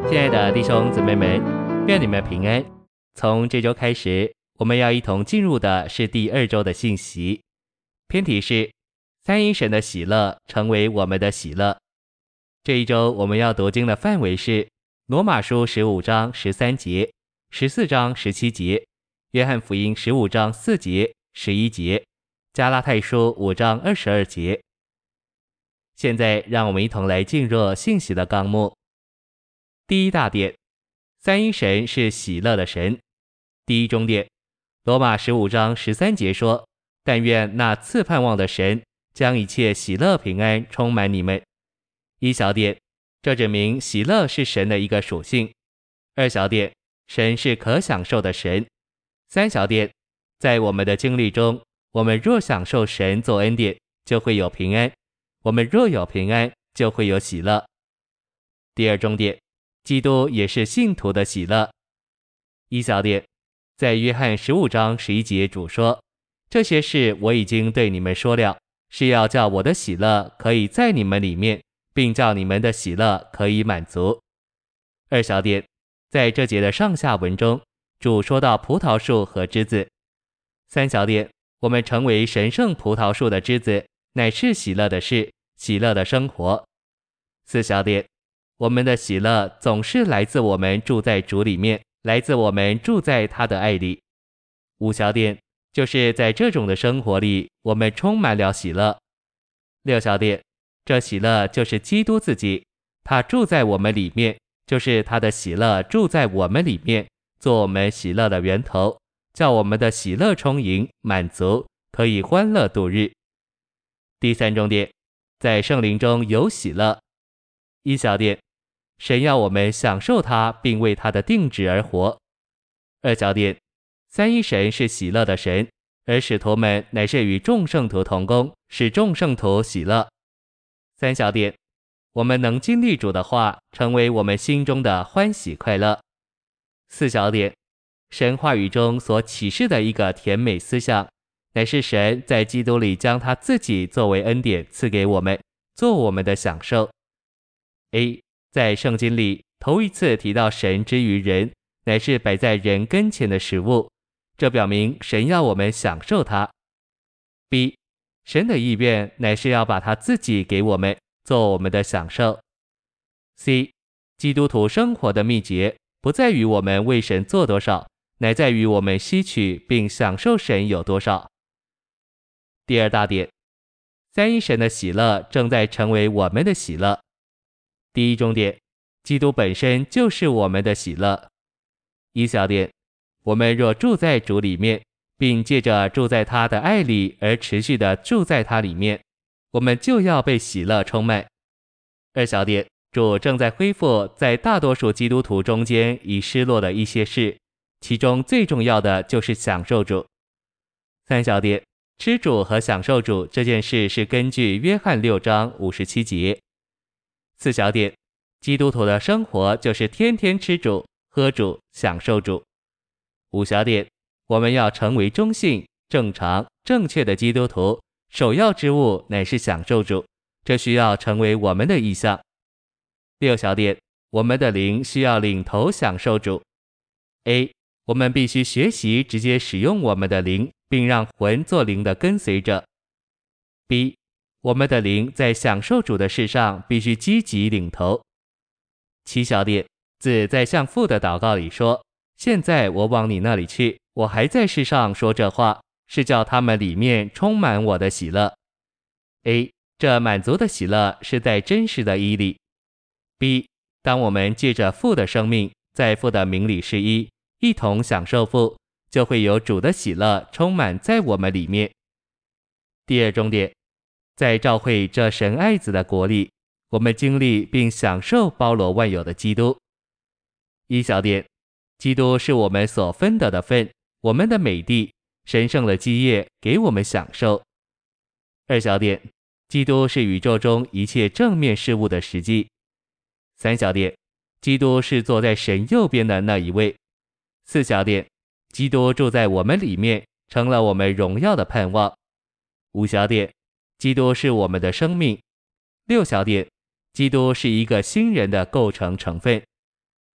亲爱的弟兄姊妹们，愿你们平安。从这周开始，我们要一同进入的是第2周的信息。篇题是三一神的喜乐成为我们的喜乐。这一周我们要读经的范围是罗马书15章13节、14章17节、约翰福音15章4节、11节、加拉太书5章22节。现在让我们一同来进入信息的纲目。第一大点，三一神是喜乐的神。第一中点，罗马15章13节说，但愿那赐盼望的神将一切喜乐平安充满你们。一小点，这指明喜乐是神的一个属性。二小点，神是可享受的神。三小点，在我们的经历中，我们若享受神做恩典，就会有平安；我们若有平安，就会有喜乐。第二中点，基督也是信徒的喜乐。一小点，在约翰15章11节主说，这些事我已经对你们说了，是要叫我的喜乐可以在你们里面，并叫你们的喜乐可以满足。二小点，在这节的上下文中，主说到葡萄树和枝子。三小点，我们成为神圣葡萄树的枝子，乃是喜乐的事，喜乐的生活。四小点，我们的喜乐总是来自我们住在主里面，来自我们住在他的爱里。五小点，就是在这种的生活里，我们充满了喜乐。六小点，这喜乐就是基督自己，他住在我们里面，就是他的喜乐住在我们里面，做我们喜乐的源头，叫我们的喜乐充盈满足，可以欢乐度日。第三重点，在圣灵中有喜乐。一小点，神要我们享受他，并为他的定旨而活。二小点，三一神是喜乐的神，而使徒们乃是与众圣徒同工，使众圣徒喜乐。三小点，我们能经历主的话，成为我们心中的欢喜快乐。四小点，神话语中所启示的一个甜美思想，乃是神在基督里将他自己作为恩典赐给我们，做我们的享受。A， 在圣经里头一次提到神之于人，乃是摆在人跟前的食物，这表明神要我们享受它。B， 神的意愿乃是要把他自己给我们，做我们的享受。C， 基督徒生活的秘诀不在于我们为神做多少，乃在于我们吸取并享受神有多少。第二大点，三一神的喜乐正在成为我们的喜乐。第一重点，基督本身就是我们的喜乐。一小点，我们若住在主里面，并借着住在他的爱里而持续地住在他里面，我们就要被喜乐充满。二小点，主正在恢复在大多数基督徒中间已失落的一些事，其中最重要的就是享受主。三小点，吃主和享受主这件事是根据约翰6章57节。四小点，基督徒的生活就是天天吃主、喝主、享受主。五小点，我们要成为忠信、正常、正确的基督徒，首要之务乃是享受主，这需要成为我们的意向。六小点，我们的灵需要领头享受主。A， 我们必须学习直接使用我们的灵，并让魂做灵的跟随者。B，我们的灵在享受主的事上必须积极领头。七小点，子在向父的祷告里说，现在我往你那里去，我还在世上说这话，是叫他们里面充满我的喜乐。A， 这满足的喜乐是在真实的义里。B， 当我们借着父的生命，在父的名里是一，一同享受父，就会有主的喜乐充满在我们里面。第二重点，在召会这神爱子的国里，我们经历并享受包罗万有的基督。一小点，基督是我们所分得的份，我们的美地，神圣的基业给我们享受。二小点，基督是宇宙中一切正面事物的实际。三小点，基督是坐在神右边的那一位。四小点，基督住在我们里面，成了我们荣耀的盼望。五小点，基督是我们的生命。六小点，基督是一个新人的构成成分。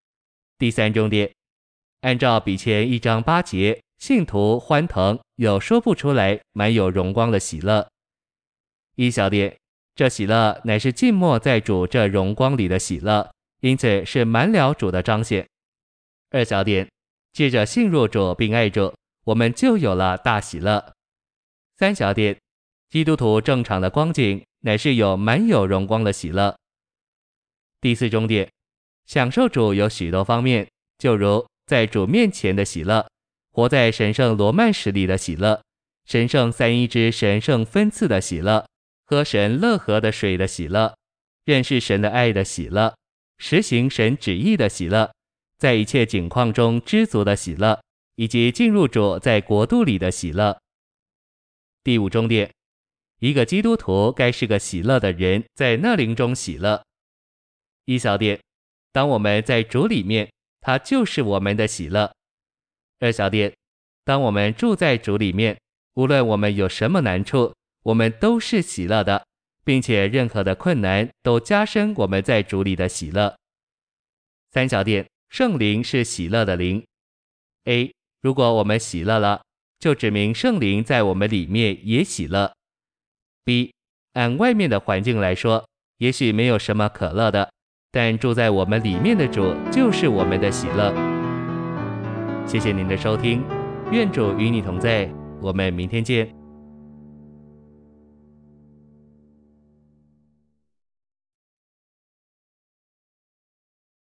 第3重点，按照比前1章8节，信徒欢腾有说不出来满有荣光的喜乐。1小点，这喜乐乃是浸没在主这荣光里的喜乐，因此是满了主的彰显。2小点，借着信入主并爱主，我们就有了大喜乐。3小点，基督徒正常的光景乃是有满有荣光的喜乐。第4重点，享受主有许多方面，就如在主面前的喜乐，活在神圣罗曼史里的喜乐，神圣三一之神圣分赐的喜乐，喝神乐河的水的喜乐，认识神的爱的喜乐，实行神旨意的喜乐，在一切境况中知足的喜乐，以及进入主在国度里的喜乐。第5重点，一个基督徒该是个喜乐的人，在那灵中喜乐。1小点，当我们在主里面，他就是我们的喜乐。2小点，当我们住在主里面，无论我们有什么难处，我们都是喜乐的，并且任何的困难都加深我们在主里的喜乐。3小点，圣灵是喜乐的灵。A， 如果我们喜乐了，就指明圣灵在我们里面也喜乐。B， 按外面的环境来说，也许没有什么可乐的，但住在我们里面的主就是我们的喜乐。谢谢您的收听，愿主与你同在，我们明天见。